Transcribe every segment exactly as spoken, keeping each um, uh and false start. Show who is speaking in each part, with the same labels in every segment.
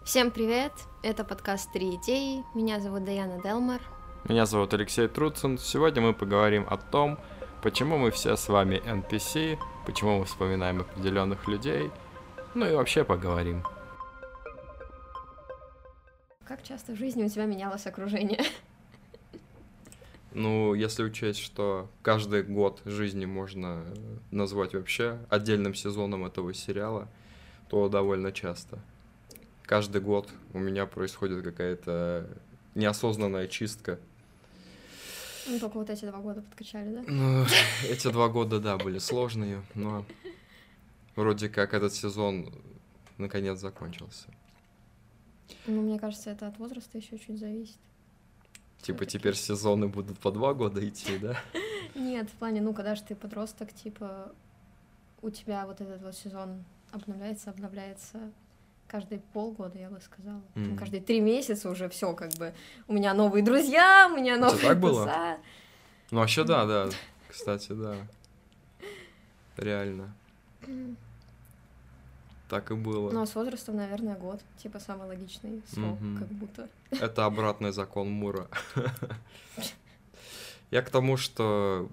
Speaker 1: Всем привет! Это подкаст «Три идеи». Меня зовут Даяна Делмар.
Speaker 2: Меня зовут Алексей Труцин. Сегодня мы поговорим о том, почему мы все с вами эн пи си, почему мы вспоминаем определенных людей, ну и вообще поговорим.
Speaker 1: Как часто в жизни у тебя менялось окружение?
Speaker 2: Ну, если учесть, что каждый год жизни можно назвать вообще отдельным сезоном этого сериала, то довольно часто. Каждый год у меня происходит какая-то неосознанная чистка.
Speaker 1: Ну, только вот эти два года подкачали, да?
Speaker 2: Ну, эти два года, да, были сложные, но вроде как этот сезон наконец закончился.
Speaker 1: Ну, мне кажется, это от возраста еще чуть зависит.
Speaker 2: Типа теперь сезоны будут по два года идти, да?
Speaker 1: Нет, в плане, ну, когда же ты подросток, типа, у тебя вот этот вот сезон обновляется, обновляется каждые полгода, я бы сказала. Mm. Там, каждые три месяца уже все как бы. У меня новые друзья, у меня новые
Speaker 2: так было?
Speaker 1: туса.
Speaker 2: Ну, вообще, да, да. Кстати, да. Реально. Так и было.
Speaker 1: Ну, а с возрастом, наверное, год. Типа, самый логичный срок, mm-hmm. как будто.
Speaker 2: Это обратный закон Мура. Я к тому, что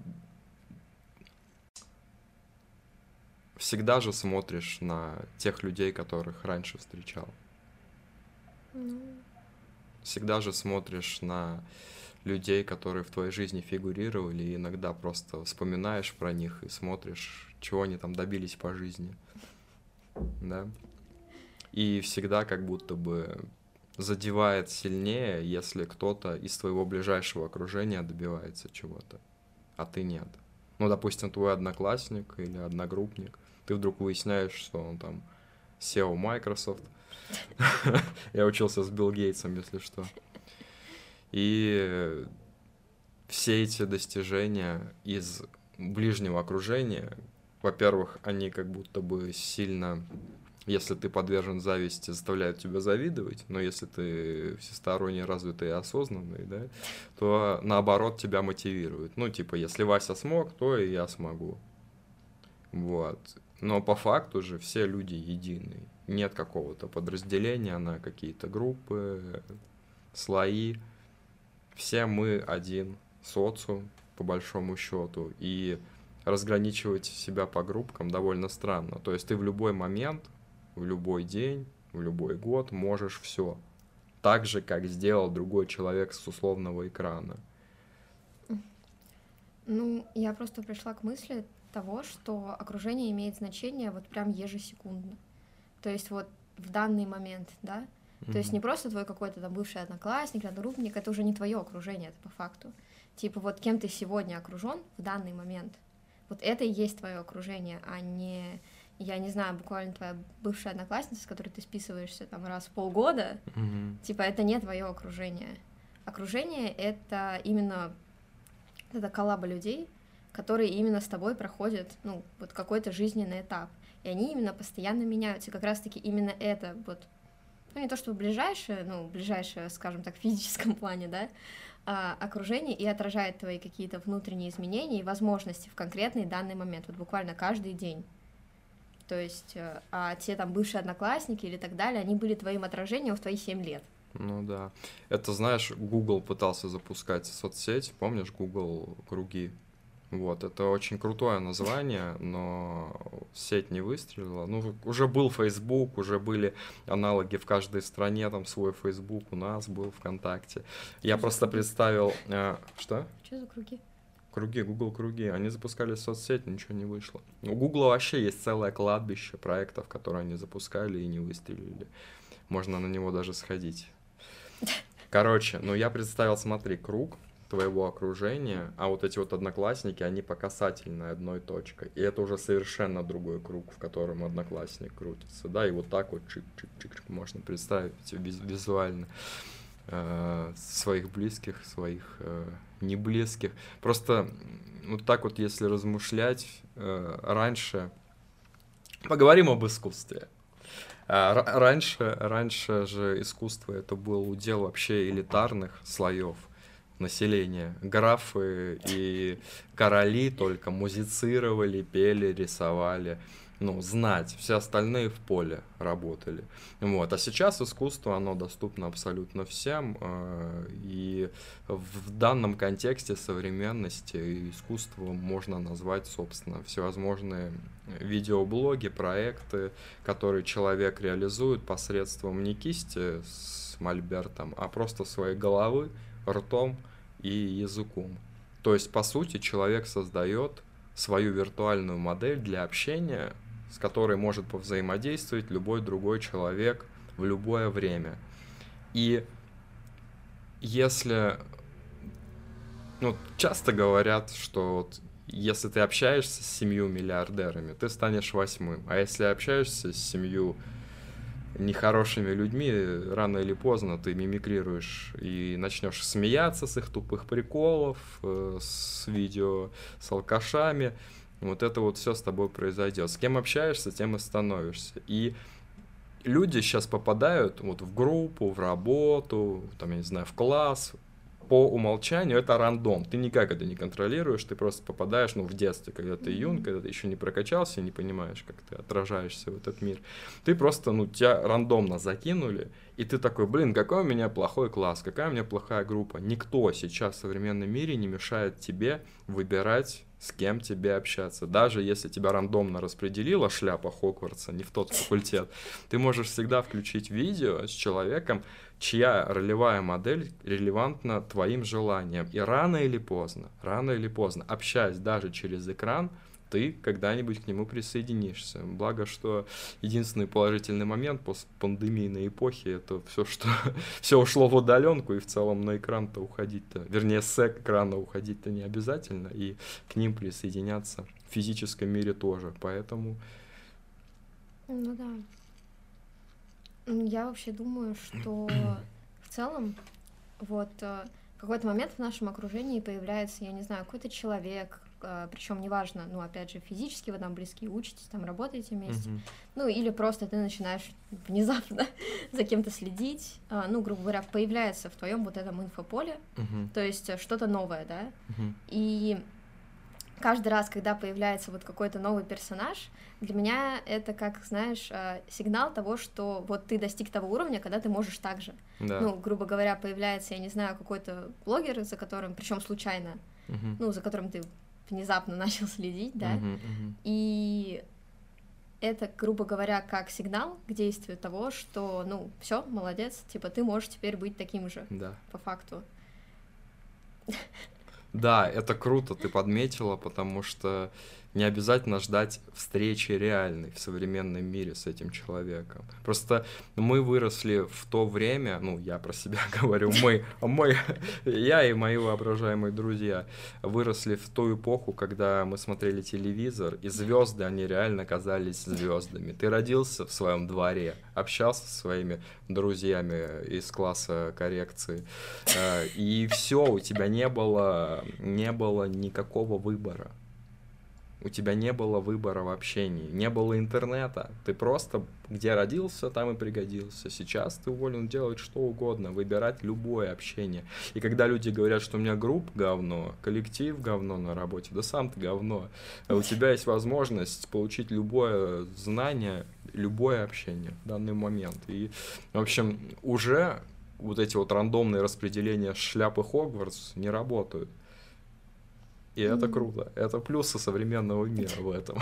Speaker 2: всегда же смотришь на тех людей, которых раньше встречал.
Speaker 1: Mm.
Speaker 2: Всегда же смотришь на людей, которые в твоей жизни фигурировали, и иногда просто вспоминаешь про них и смотришь, чего они там добились по жизни. Да? И всегда как будто бы задевает сильнее, если кто-то из твоего ближайшего окружения добивается чего-то, а ты нет. Ну, допустим, твой одноклассник или одногруппник, ты вдруг выясняешь, что он там си и о Microsoft. Я учился с Билл Гейтсом, если что. И все эти достижения из ближнего окружения, во-первых, они как будто бы сильно, если ты подвержен зависти, заставляют тебя завидовать, но если ты всесторонне развитый и осознанный, да, то наоборот тебя мотивируют. Ну, типа, если Вася смог, то и я смогу. Вот. Но по факту же все люди едины. Нет какого-то подразделения на какие-то группы, слои. Все мы один социум, по большому счету. И разграничивать себя по группкам довольно странно. То есть ты в любой момент, в любой день, в любой год можешь все. Так же, как сделал другой человек с условного экрана.
Speaker 1: Ну, я просто пришла к мысли того, что окружение имеет значение вот прям ежесекундно. То есть вот в данный момент, да? Mm-hmm. То есть не просто твой какой-то там бывший одноклассник, одногруппник, это уже не твое окружение, это по факту. Типа вот кем ты сегодня окружен в данный момент. Вот это и есть твое окружение, а не, я не знаю, буквально твоя бывшая одноклассница, с которой ты списываешься там раз в полгода.
Speaker 2: Mm-hmm.
Speaker 1: Типа это не твое окружение. Окружение — это именно это коллаба людей, которые именно с тобой проходят, ну, вот какой-то жизненный этап. И они именно постоянно меняются. И как раз-таки именно это вот, ну, не то чтобы ближайшее, ну, ближайшее, скажем так, в физическом плане, да, а, окружение и отражает твои какие-то внутренние изменения и возможности в конкретный данный момент, вот буквально каждый день. То есть, а те там бывшие одноклассники или так далее, они были твоим отражением в твои семь лет.
Speaker 2: Ну да. Это, знаешь, Google пытался запускать соцсеть, помнишь, Google Круги? Вот, это очень крутое название, но сеть не выстрелила. Ну, уже был Facebook, уже были аналоги в каждой стране, там свой Facebook, у нас был ВКонтакте. Я
Speaker 1: Что
Speaker 2: просто
Speaker 1: круги?
Speaker 2: представил... А, что?
Speaker 1: Что за круги?
Speaker 2: Круги, Google Круги. Они запускали соцсеть, ничего не вышло. У Google вообще есть целое кладбище проектов, которые они запускали и не выстрелили. Можно на него даже сходить. Короче, ну я представил, смотри, круг твоего окружения, а вот эти вот одноклассники, они по касательной одной точкой. И это уже совершенно другой круг, в котором одноклассник крутится, да, и вот так вот чик-чик-чик можно представить визуально э, своих близких, своих э, неблизких. Просто вот так вот, если размышлять, э, раньше... Поговорим об искусстве. Раньше, раньше же искусство это был удел вообще элитарных слоев населения. Графы и короли только музицировали, пели, рисовали. ну, знать, все остальные в поле работали. Вот. А сейчас искусство, оно доступно абсолютно всем, э, и в данном контексте современности искусство можно назвать, собственно, всевозможные видеоблоги, проекты, которые человек реализует посредством не кисти с мольбертом, а просто своей головы, ртом и языком. То есть, по сути, человек создает свою виртуальную модель для общения, с которой может повзаимодействовать любой другой человек в любое время. И если... Ну, часто говорят, что вот если ты общаешься с семью миллиардерами, ты станешь восьмым. А если общаешься с семью нехорошими людьми, рано или поздно ты мимикрируешь и начнешь смеяться с их тупых приколов, с видео с алкашами. Вот это вот все с тобой произойдет. С кем общаешься, тем и становишься. И люди сейчас попадают вот в группу, в работу, там, я не знаю, в класс. По умолчанию это рандом. Ты никак это не контролируешь, ты просто попадаешь, ну, в детстве, когда ты юн, когда ты еще не прокачался и не понимаешь, как ты отражаешься в этот мир. Ты просто, ну, тебя рандомно закинули, и ты такой, блин, какой у меня плохой класс, какая у меня плохая группа. Никто сейчас в современном мире не мешает тебе выбирать, с кем тебе общаться. Даже если тебя рандомно распределила шляпа Хогвартса не в тот факультет, ты можешь всегда включить видео с человеком, чья ролевая модель релевантна твоим желаниям. И рано или поздно, рано или поздно, общаясь даже через экран, ты когда-нибудь к нему присоединишься. Благо, что единственный положительный момент после пандемийной эпохи — это все, что все ушло в удаленку, и в целом на экран-то уходить-то, вернее, с экрана уходить-то не обязательно, и к ним присоединяться в физическом мире тоже. Поэтому...
Speaker 1: Ну да. Я вообще думаю, что в целом вот в какой-то момент в нашем окружении появляется, я не знаю, какой-то человек, причем неважно, ну, опять же, физически вы там близкие, учитесь, там, работаете вместе, uh-huh. ну, или просто ты начинаешь внезапно за кем-то следить, ну, грубо говоря, появляется в твоем вот этом инфополе, uh-huh. то есть что-то новое, да, uh-huh. и каждый раз, когда появляется вот какой-то новый персонаж, для меня это, как, знаешь, сигнал того, что вот ты достиг того уровня, когда ты можешь так же. Да. Ну, грубо говоря, появляется, я не знаю, какой-то блогер, за которым, причем случайно, uh-huh. ну, за которым ты внезапно начал следить, да, uh-huh, uh-huh. и это, грубо говоря, как сигнал к действию того, что, ну, все, молодец, типа, ты можешь теперь быть таким же, да. По факту.
Speaker 2: Да, это круто, ты подметила, потому что не обязательно ждать встречи реальной в современном мире с этим человеком. Просто мы выросли в то время, ну, я про себя говорю, мы, мы, я и мои воображаемые друзья выросли в ту эпоху, когда мы смотрели телевизор, и звезды, они реально казались звездами. Ты родился в своем дворе, общался со своими друзьями из класса коррекции, и все, у тебя не было, не было никакого выбора. У тебя не было выбора в общении, не было интернета. Ты просто где родился, там и пригодился. Сейчас ты волен делать что угодно, выбирать любое общение. И когда люди говорят, что у меня группа говно, коллектив говно на работе, да сам ты говно. А у тебя есть возможность получить любое знание, любое общение в данный момент. И, в общем, уже вот эти вот рандомные распределения шляпы Хогвартс не работают. И mm-hmm. это круто. Это плюсы современного мира в этом.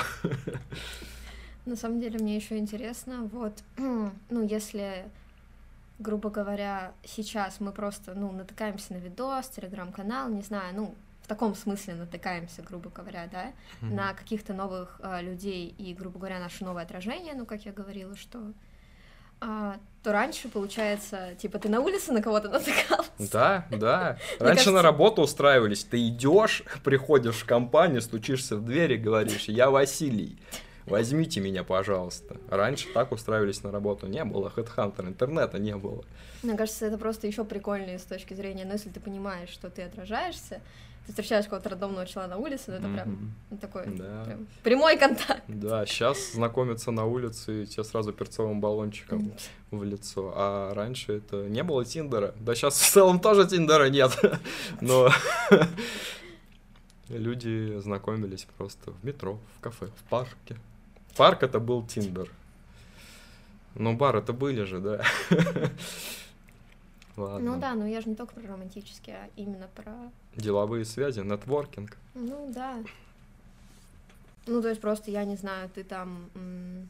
Speaker 1: На самом деле мне еще интересно, вот, ну, если, грубо говоря, сейчас мы просто, ну, натыкаемся на видос, телеграм-канал, не знаю, ну, в таком смысле натыкаемся, грубо говоря, да, mm-hmm. на каких-то новых а, людей и, грубо говоря, наше новое отражение, ну, как я говорила, что... А, то раньше, получается, типа, ты на улице на кого-то натыкался.
Speaker 2: Да, да. Раньше кажется... на работу устраивались. Ты идешь, приходишь в компанию, стучишься в дверь и говоришь: я Василий, возьмите меня, пожалуйста. Раньше так устраивались на работу. Не было HeadHunter, интернета не было.
Speaker 1: Мне кажется, это просто еще прикольнее с точки зрения, но если ты понимаешь, что ты отражаешься, ты встречаешь какого-то рандомного чела на улице, ну это mm-hmm. прям ну, такой да. прям прямой контакт.
Speaker 2: Да, сейчас знакомятся на улице и тебе сразу перцовым баллончиком mm-hmm. в лицо. А раньше это не было Тиндера. Да сейчас в целом тоже Тиндера нет. Но люди знакомились просто в метро, в кафе, в парке. Парк — это был Тиндер. Ну, бар это были же, да? Ладно.
Speaker 1: Ну да, но я же не только про романтические, а именно про...
Speaker 2: Деловые связи, нетворкинг.
Speaker 1: Ну да. Ну, то есть просто, я не знаю, ты там м-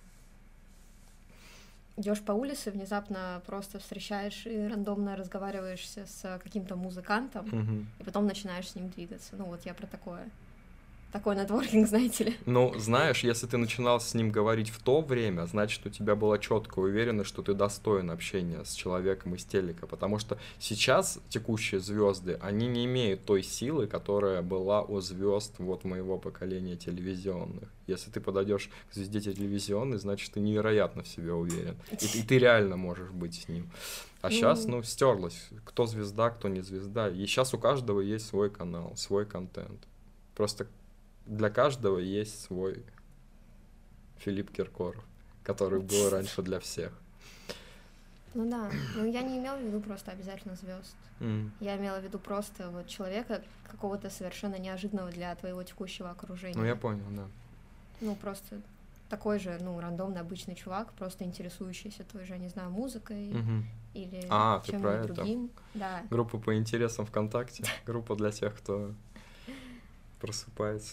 Speaker 1: идешь по улице, внезапно просто встречаешь и рандомно разговариваешься с каким-то музыкантом,
Speaker 2: Мгм.
Speaker 1: и потом начинаешь с ним двигаться. Ну вот я про такое. Такой нетворкинг, знаете ли.
Speaker 2: Ну, знаешь, если ты начинал с ним говорить в то время, значит, у тебя была четкая уверенность, что ты достоин общения с человеком из телека, потому что сейчас текущие звезды, они не имеют той силы, которая была у звезд вот моего поколения телевизионных. Если ты подойдешь к звезде телевизионной, значит, ты невероятно в себе уверен, и, и ты реально можешь быть с ним. А
Speaker 1: Ну.
Speaker 2: сейчас, ну, стерлось, кто звезда, кто не звезда. И сейчас у каждого есть свой канал, свой контент. Просто для каждого есть свой Филипп Киркоров, который был раньше для всех.
Speaker 1: Ну да, ну я не имела в виду просто обязательно звезд.
Speaker 2: М.
Speaker 1: Я имела в виду просто вот человека какого-то совершенно неожиданного для твоего текущего окружения.
Speaker 2: Ну, я понял, да.
Speaker 1: Ну, просто такой же, ну, рандомный, обычный чувак, просто интересующийся той же, я не знаю, музыкой
Speaker 2: Мгм.
Speaker 1: или
Speaker 2: А, ты про
Speaker 1: чем-нибудь
Speaker 2: это?
Speaker 1: другим. Да.
Speaker 2: Группа по интересам ВКонтакте. Группа для тех, кто просыпается.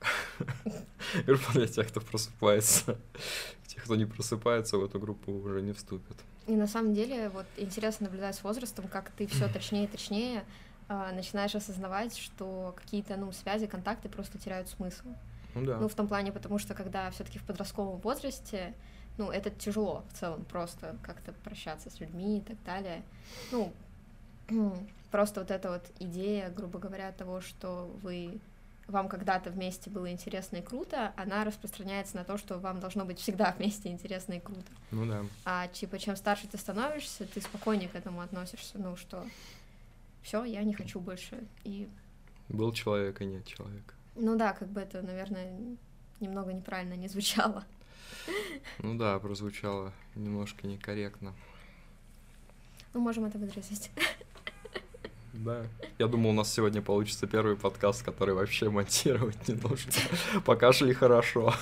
Speaker 2: Группа для тех, кто просыпается. Тех, кто не просыпается, в эту группу уже не вступят.
Speaker 1: И на самом деле, вот интересно наблюдать с возрастом, как ты все точнее и точнее а, начинаешь осознавать, что какие-то, ну, связи, контакты просто теряют смысл.
Speaker 2: Ну да.
Speaker 1: Ну, в том плане, потому что когда все-таки в подростковом возрасте, ну, это тяжело в целом просто как-то прощаться с людьми и так далее. Ну, просто вот эта вот идея, грубо говоря, того, что вы вам когда-то вместе было интересно и круто, она распространяется на то, что вам должно быть всегда вместе интересно и круто.
Speaker 2: Ну да.
Speaker 1: А типа чем старше ты становишься, ты спокойнее к этому относишься, ну что все, я не хочу больше. И
Speaker 2: Был человек и нет человека.
Speaker 1: ну да, как бы это, наверное, немного неправильно не звучало.
Speaker 2: Ну да, прозвучало немножко некорректно.
Speaker 1: Ну, можем это выразить.
Speaker 2: Да. Я думал, у нас сегодня получится первый подкаст, который вообще монтировать не нужно. Пока шли хорошо.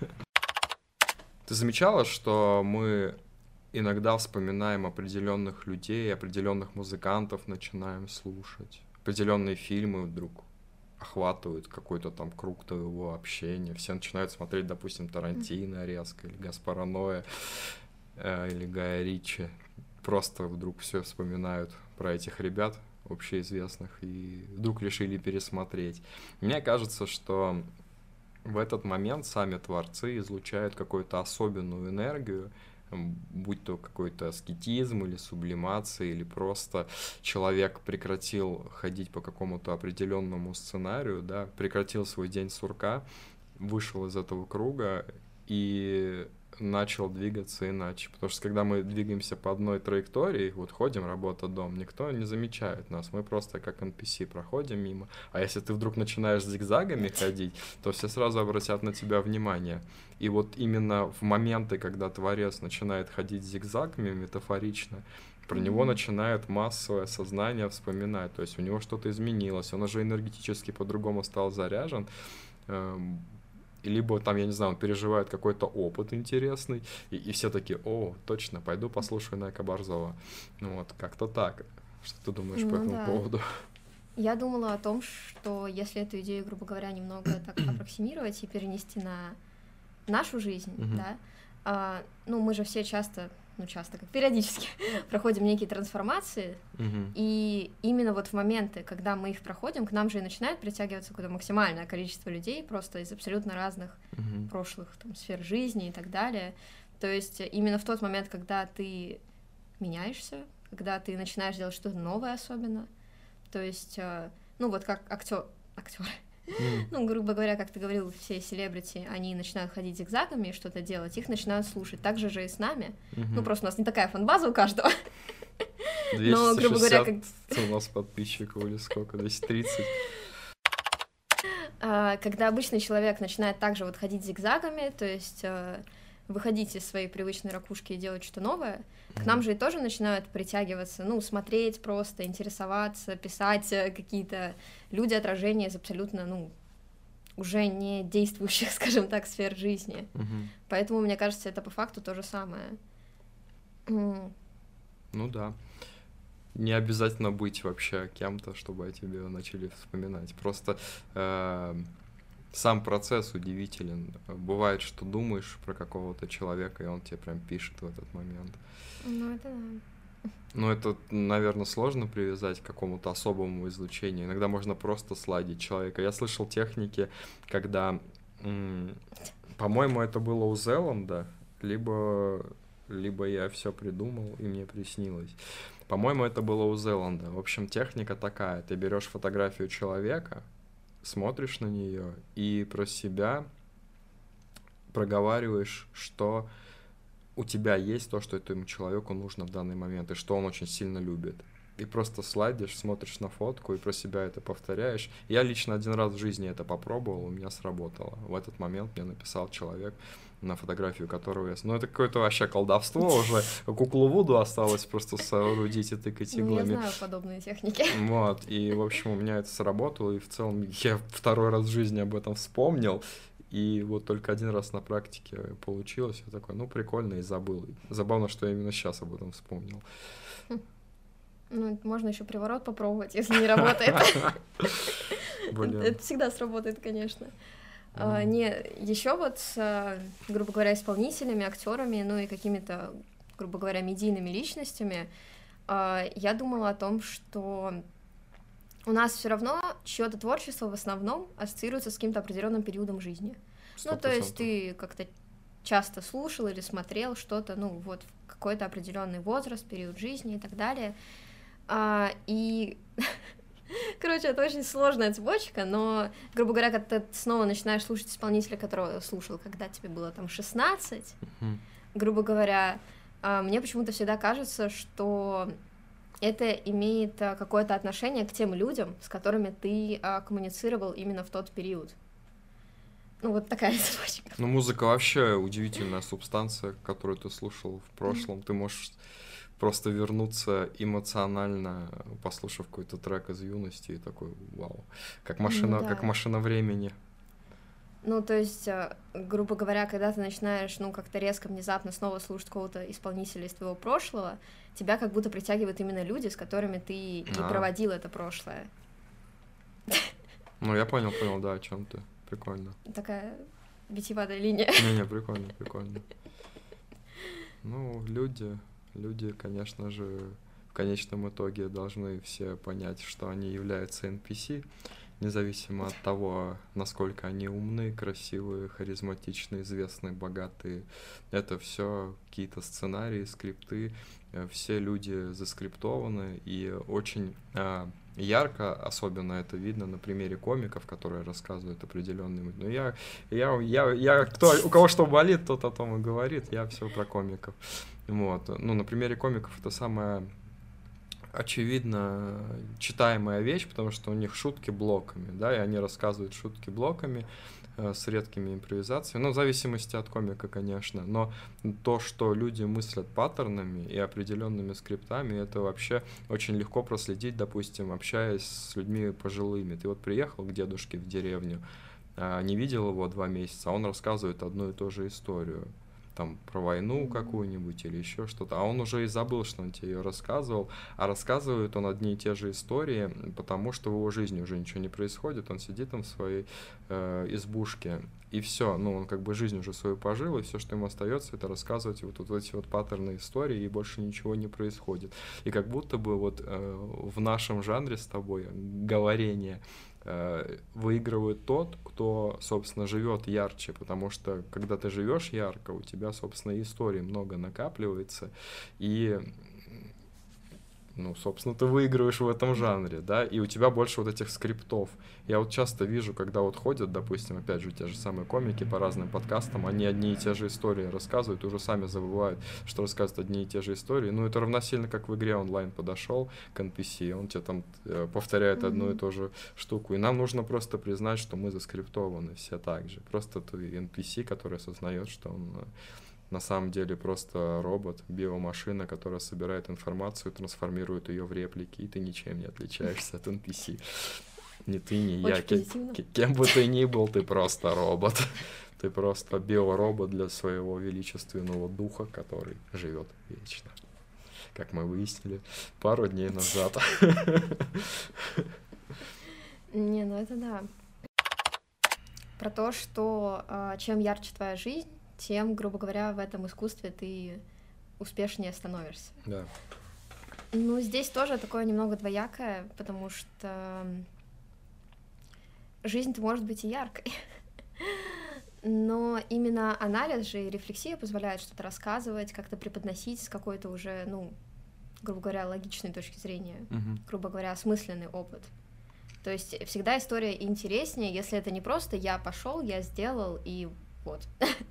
Speaker 2: Ты замечала, что мы иногда вспоминаем определенных людей, определенных музыкантов начинаем слушать. Определенные фильмы вдруг охватывают какой-то там круг твоего общения. Все начинают смотреть, допустим, Тарантино резко, или Гаспара Ноэ, э, или Гая Ричи. Просто вдруг все вспоминают про этих ребят общеизвестных и вдруг решили пересмотреть. Мне кажется, что в этот момент сами творцы излучают какую-то особенную энергию, будь то какой-то аскетизм или сублимация, или просто человек прекратил ходить по какому-то определенному сценарию, да, прекратил свой день сурка, вышел из этого круга и начал двигаться иначе. Потому что когда мы двигаемся по одной траектории, вот ходим, работа, дом, никто не замечает нас, мы просто как эн пи си проходим мимо. А если ты вдруг начинаешь зигзагами ходить, то все сразу обратят на тебя внимание. И вот именно в моменты, когда творец начинает ходить зигзагами метафорично, про mm-hmm. него начинает массовое сознание вспоминать. То есть у него что-то изменилось, он уже энергетически по-другому стал заряжен. Либо там, я не знаю, он переживает какой-то опыт интересный, и, и все такие: о, точно, пойду послушаю Найка Борзова. Ну вот, как-то так. Что ты думаешь ну, по этому
Speaker 1: да.
Speaker 2: поводу?
Speaker 1: Я думала о том, что если эту идею, грубо говоря, немного так аппроксимировать и перенести на нашу жизнь,
Speaker 2: uh-huh.
Speaker 1: да, а, ну, мы же все часто, ну, часто, как периодически проходим некие трансформации,
Speaker 2: uh-huh.
Speaker 1: и именно вот в моменты, когда мы их проходим, к нам же и начинает притягиваться какое-то максимальное количество людей просто из абсолютно разных
Speaker 2: uh-huh.
Speaker 1: прошлых там, сфер жизни и так далее. То есть именно в тот момент, когда ты меняешься, когда ты начинаешь делать что-то новое особенно, то есть, ну, вот как актер, актеры, Mm. ну, грубо говоря, как ты говорил, все селебрити, они начинают ходить зигзагами и что-то делать, их начинают слушать. Так же же и с нами. Mm-hmm. Ну, просто у нас не такая фан-база у каждого.
Speaker 2: двести шестьдесят Но, грубо говоря, как... у нас подписчиков или сколько? двести тридцать
Speaker 1: Когда обычный человек начинает также вот ходить зигзагами, то есть выходить из своей привычной ракушки и делать что-то новое, mm-hmm. к нам же и тоже начинают притягиваться, ну, смотреть просто, интересоваться, писать какие-то люди, отражения из абсолютно, ну, уже не действующих, скажем так, сфер жизни.
Speaker 2: Угу.
Speaker 1: Поэтому, мне кажется, это по факту то же самое.
Speaker 2: Ну да. Не обязательно быть вообще кем-то, чтобы о тебе начали вспоминать. Просто э, сам процесс удивителен. Бывает, что думаешь про какого-то человека, и он тебе прям пишет в этот момент.
Speaker 1: Ну, это да.
Speaker 2: Ну, это, наверное, сложно привязать к какому-то особому излучению. Иногда можно просто сладить человека. Я слышал техники, когда, м- по-моему, это было у Зеланда, либо, либо я все придумал, и мне приснилось. По-моему, это было у Зеланда. В общем, техника такая. Ты берешь фотографию человека, смотришь на нее и про себя проговариваешь, что у тебя есть то, что этому человеку нужно в данный момент, и что он очень сильно любит. И просто слайдишь, смотришь на фотку и про себя это повторяешь. Я лично один раз в жизни это попробовал, у меня сработало. В этот момент мне написал человек, на фотографию которого я... Ну, это какое-то вообще колдовство уже. Куклу Вуду осталось просто соорудить и тыкать иглами.
Speaker 1: Ну, я знаю подобные техники.
Speaker 2: Вот, и, в общем, у меня это сработало, и в целом я второй раз в жизни об этом вспомнил. И вот только один раз на практике получилось. Я такой, ну, прикольно, и забыл. Забавно, что я именно сейчас об этом вспомнил.
Speaker 1: Ну, можно еще приворот попробовать, если не работает. Это всегда сработает, конечно. Не, еще вот с, грубо говоря, исполнителями, актерами, ну и какими-то, грубо говоря, медийными личностями, я думала о том, что у нас все равно чье-то творчество в основном ассоциируется с каким-то определенным периодом жизни. сто процентов. Ну, то есть ты как-то часто слушал или смотрел что-то, ну, вот в какой-то определенный возраст, период жизни и так далее. А, и, короче, это очень сложная цепочка, но, грубо говоря, когда ты снова начинаешь слушать исполнителя, которого слушал, когда тебе было там шестнадцать, uh-huh. грубо говоря, а, мне почему-то всегда кажется, что это имеет а, какое-то отношение к тем людям, с которыми ты а, коммуницировал именно в тот период. Ну, вот такая цепочка.
Speaker 2: Ну, музыка вообще удивительная субстанция, которую ты слушал в прошлом. Mm-hmm. Ты можешь просто вернуться эмоционально, послушав какой-то трек из юности, и такой, вау, как машина, ну, да. как машина времени.
Speaker 1: Ну, то есть, грубо говоря, когда ты начинаешь, ну, как-то резко, внезапно снова слушать какого-то исполнителя из твоего прошлого, тебя как будто притягивают именно люди, с которыми ты и а. проводил это прошлое.
Speaker 2: Ну, я понял, понял, да, о чем ты. Прикольно.
Speaker 1: Такая витиеватая линия.
Speaker 2: Не-не, прикольно, прикольно. Ну, люди, люди, конечно же, в конечном итоге должны все понять, что они являются эн пи си, независимо от того, насколько они умны, красивые, харизматичные, известные, богатые. Это все какие-то сценарии, скрипты, все люди заскриптованы, и очень а, ярко, особенно это видно на примере комиков, которые рассказывают определенные. Ну, я, я, я, я кто, у кого что болит, тот о том и говорит, я все про комиков. Вот. Ну, на примере комиков это самое очевидно читаемая вещь, потому что у них шутки блоками, да, и они рассказывают шутки блоками э, с редкими импровизациями, ну, в зависимости от комика, конечно, но то, что люди мыслят паттернами и определенными скриптами, это вообще очень легко проследить, допустим, общаясь с людьми пожилыми. Ты вот приехал к дедушке в деревню, э, не видел его два месяца, а он рассказывает одну и ту же историю. Там про войну какую-нибудь или еще что-то, а он уже и забыл, что он тебе ее рассказывал, а рассказывает он одни и те же истории, потому что в его жизни уже ничего не происходит, он сидит там в своей э, избушке, и все, ну, он как бы жизнь уже свою пожил, и все, что ему остается, это рассказывать вот, вот эти вот паттерны истории, и больше ничего не происходит. И как будто бы вот э, в нашем жанре с тобой говорение выигрывает тот, кто, собственно, живет ярче, потому что, когда ты живешь ярко, у тебя, собственно, историй много накапливается, и, ну, собственно, ты выигрываешь в этом жанре, да, и у тебя больше вот этих скриптов. Я вот часто вижу, когда вот ходят, допустим, опять же, те же самые комики по разным подкастам, они одни и те же истории рассказывают, уже сами забывают, что рассказывают одни и те же истории. Ну, это равносильно, как в игре онлайн подошел к эн пи си, он тебе там э, повторяет mm-hmm. одну и ту же штуку. И нам нужно просто признать, что мы заскриптованы все так же. Просто ты эн пи си, который осознает, что он на самом деле просто робот, биомашина, которая собирает информацию, трансформирует ее в реплики, и ты ничем не отличаешься от эн пи си. Ни ты, ни я.
Speaker 1: Очень позитивно.
Speaker 2: Кем бы ты ни был, ты просто робот. Ты просто биоробот для своего величественного духа, который живет вечно. Как мы выяснили пару дней назад.
Speaker 1: Не, ну это да. Про то, что чем ярче твоя жизнь, тем, грубо говоря, в этом искусстве ты успешнее становишься.
Speaker 2: Да.
Speaker 1: Ну, здесь тоже такое немного двоякое, потому что жизнь-то может быть и яркой. Но именно анализ же и рефлексия позволяют что-то рассказывать, как-то преподносить с какой-то уже, ну, грубо говоря, логичной точки зрения,
Speaker 2: Угу.
Speaker 1: грубо говоря, осмысленный опыт. То есть всегда история интереснее, если это не просто я пошел, я сделал и вот,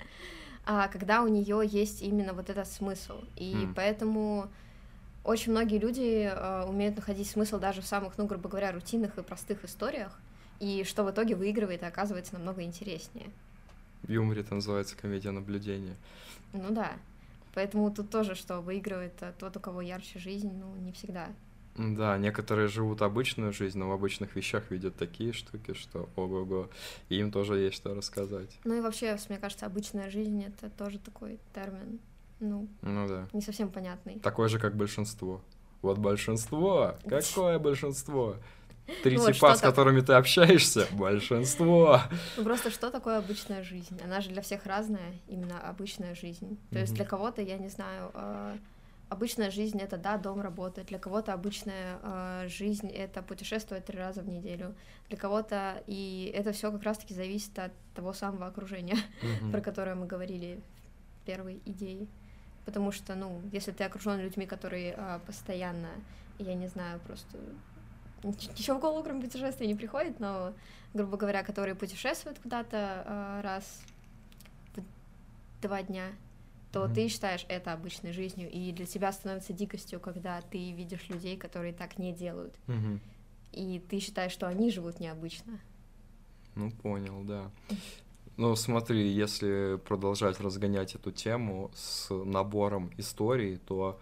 Speaker 1: а когда у нее есть именно вот этот смысл. И
Speaker 2: Mm.
Speaker 1: поэтому очень многие люди э, умеют находить смысл даже в самых, ну, грубо говоря, рутинных и простых историях, и что в итоге выигрывает и оказывается намного интереснее.
Speaker 2: В юморе это называется комедия наблюдения.
Speaker 1: Ну да. Поэтому тут тоже, что выигрывает тот, у кого ярче жизнь, ну, не всегда.
Speaker 2: Да, некоторые живут обычную жизнь, но в обычных вещах видят такие штуки, что ого-го, и им тоже есть что рассказать.
Speaker 1: Ну и вообще, мне кажется, обычная жизнь — это тоже такой термин, ну,
Speaker 2: Ну да.
Speaker 1: не совсем понятный.
Speaker 2: Такое же, как большинство. Вот большинство. Какое большинство? Три
Speaker 1: Ну вот
Speaker 2: типа,
Speaker 1: что
Speaker 2: с
Speaker 1: так-
Speaker 2: которыми ты общаешься, большинство.
Speaker 1: Ну просто что такое обычная жизнь? Она же для всех разная, именно обычная жизнь. То есть
Speaker 2: Мгм.
Speaker 1: для кого-то, я не знаю, э, обычная жизнь — это, да, дом, работа. Для кого-то обычная э, жизнь — это путешествовать три раза в неделю. Для кого-то, и это все как раз-таки зависит от того самого окружения,
Speaker 2: Мгм.
Speaker 1: про которое мы говорили в первой идее. Потому что, ну, если ты окружен людьми, которые а, постоянно, я не знаю, просто нич- ничего в голову, кроме путешествий, не приходит, но, грубо говоря, которые путешествуют куда-то а, раз в два дня, то
Speaker 2: Мгм.
Speaker 1: ты считаешь это обычной жизнью, и для тебя становится дикостью, когда ты видишь людей, которые так не делают,
Speaker 2: Мгм.
Speaker 1: и ты считаешь, что они живут необычно.
Speaker 2: Ну, понял, да. Ну, смотри, если продолжать разгонять эту тему с набором историй, то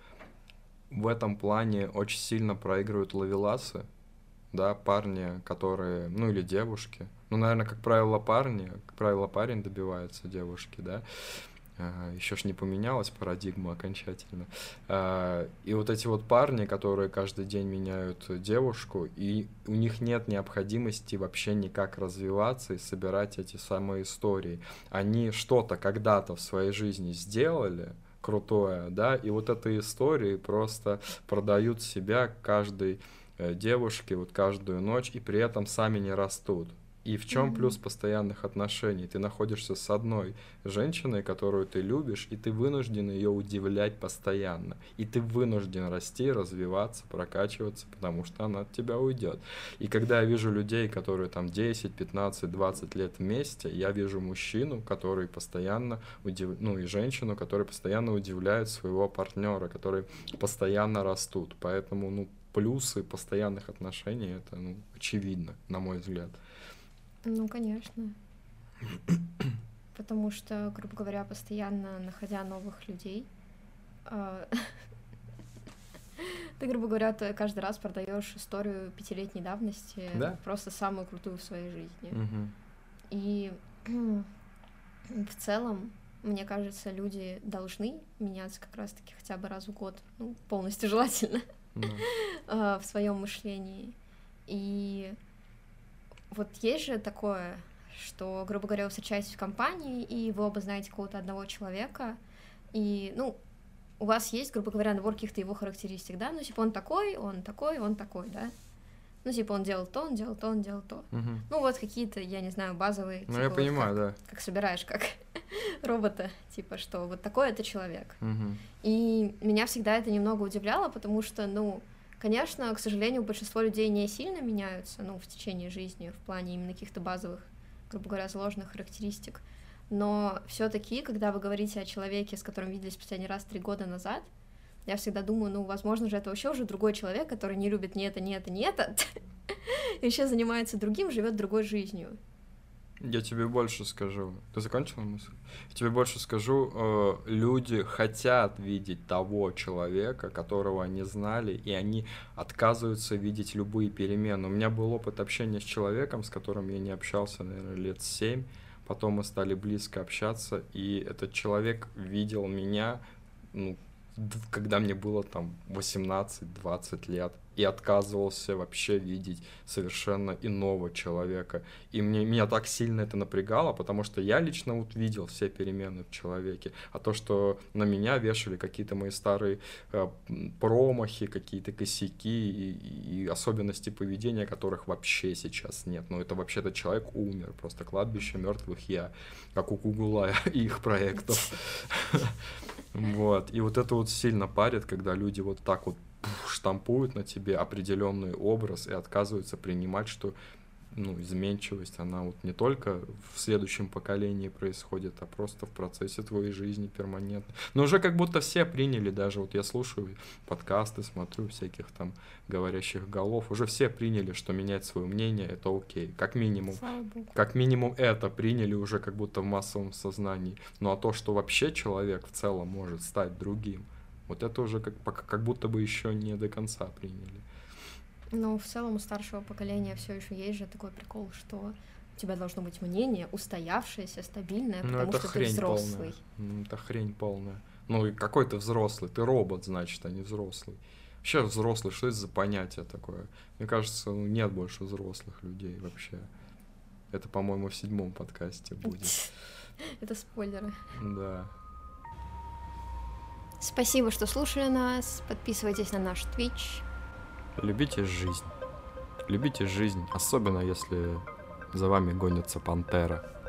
Speaker 2: в этом плане очень сильно проигрывают ловеласы, да, парни, которые, ну, или девушки. Ну, наверное, как правило, парни, как правило, парень добивается девушки, да. Еще ж не поменялась парадигма окончательно. А, И вот эти вот парни, которые каждый день меняют девушку, и у них нет необходимости вообще никак развиваться и собирать эти самые истории. Они что-то когда-то в своей жизни сделали крутое, да, и вот этой истории просто продают себя каждой э, девушке вот каждую ночь, и при этом сами не растут. И в чем
Speaker 1: Мгм.
Speaker 2: плюс постоянных отношений? Ты находишься с одной женщиной, которую ты любишь, и ты вынужден ее удивлять постоянно. И ты вынужден расти, развиваться, прокачиваться, потому что она от тебя уйдет. И когда я вижу людей, которые там десять, пятнадцать, двадцать лет вместе, я вижу мужчину, который постоянно удив... ну и женщину, которые постоянно удивляют своего партнера, которые постоянно растут. Поэтому, ну, плюсы постоянных отношений это, ну, очевидно, на мой взгляд.
Speaker 1: Ну, конечно. Потому что, грубо говоря, постоянно находя новых людей, а, ты, грубо говоря, ты каждый раз продаешь историю пятилетней давности,
Speaker 2: Да.
Speaker 1: просто самую крутую в своей жизни.
Speaker 2: Мгм.
Speaker 1: И в целом, мне кажется, люди должны меняться как раз-таки хотя бы раз в год, ну, полностью желательно,
Speaker 2: Да.
Speaker 1: а, в своем мышлении. И вот есть же такое, что, грубо говоря, вы встречаетесь в компании, и вы оба знаете какого-то одного человека, и, ну, у вас есть, грубо говоря, набор каких-то его характеристик, да, ну, типа, он такой, он такой, он такой, да, ну, типа, он делал то, он делал то, он делал то.
Speaker 2: Мгм.
Speaker 1: Ну, вот какие-то, я не знаю, базовые,
Speaker 2: Ну,
Speaker 1: типа,
Speaker 2: я
Speaker 1: вот
Speaker 2: понимаю,
Speaker 1: как,
Speaker 2: да.
Speaker 1: как собираешь, как робота, типа, что вот такой это человек.
Speaker 2: Мгм.
Speaker 1: И меня всегда это немного удивляло, потому что, ну, конечно, к сожалению, большинство людей не сильно меняются, ну, в течение жизни, в плане именно каких-то базовых, грубо говоря, сложных характеристик. Но все-таки, когда вы говорите о человеке, с которым виделись последний раз три года назад, я всегда думаю, ну, возможно же, это вообще уже другой человек, который не любит ни это, ни это, ни это, и вообще занимается другим, живет другой жизнью.
Speaker 2: Я тебе больше скажу. Ты закончила мысль? Я тебе больше скажу. э, Люди хотят видеть того человека, которого они знали, и они отказываются видеть любые перемены. У меня был опыт общения с человеком, с которым я не общался, наверное, лет семь. Потом мы стали близко общаться, и этот человек видел меня, ну, д- когда мне было там восемнадцать-двадцать лет, и отказывался вообще видеть совершенно иного человека. И мне, меня так сильно это напрягало, потому что я лично вот видел все перемены в человеке. А то, что на меня вешали какие-то мои старые э, м, промахи, какие-то косяки и, и особенности поведения, которых вообще сейчас нет. Ну, это вообще-то человек умер, просто кладбище мертвых я, как у Кугула и их проектов. Вот. И вот это вот сильно парит, когда люди вот так вот пух, штампуют на тебе определенный образ и отказываются принимать, что ну, изменчивость, она вот не только в следующем поколении происходит, а просто в процессе твоей жизни перманентно. Но уже как будто все приняли, даже вот я слушаю подкасты, смотрю всяких там говорящих голов, уже все приняли, что менять свое мнение это окей, как минимум.
Speaker 1: Слава богу.
Speaker 2: Как минимум это приняли уже как будто в массовом сознании. Ну а то, что вообще человек в целом может стать другим, вот это уже как, пока- как будто бы еще не до конца приняли.
Speaker 1: Но в целом у старшего поколения все еще есть же такой прикол, что у тебя должно быть мнение устоявшееся, стабильное,
Speaker 2: Ну
Speaker 1: потому
Speaker 2: это
Speaker 1: что ты
Speaker 2: хрень
Speaker 1: взрослый.
Speaker 2: полная. Ну, это хрень полная. Ну и какой ты взрослый? Ты робот, значит, а не взрослый. Вообще взрослый, что это за понятие такое? Мне кажется, ну, нет больше взрослых людей вообще. Это, по-моему, в седьмом подкасте будет.
Speaker 1: Это спойлеры.
Speaker 2: Да.
Speaker 1: Спасибо, что слушали нас. Подписывайтесь на наш Twitch.
Speaker 2: Любите жизнь. Любите жизнь, особенно если за вами гонится пантера.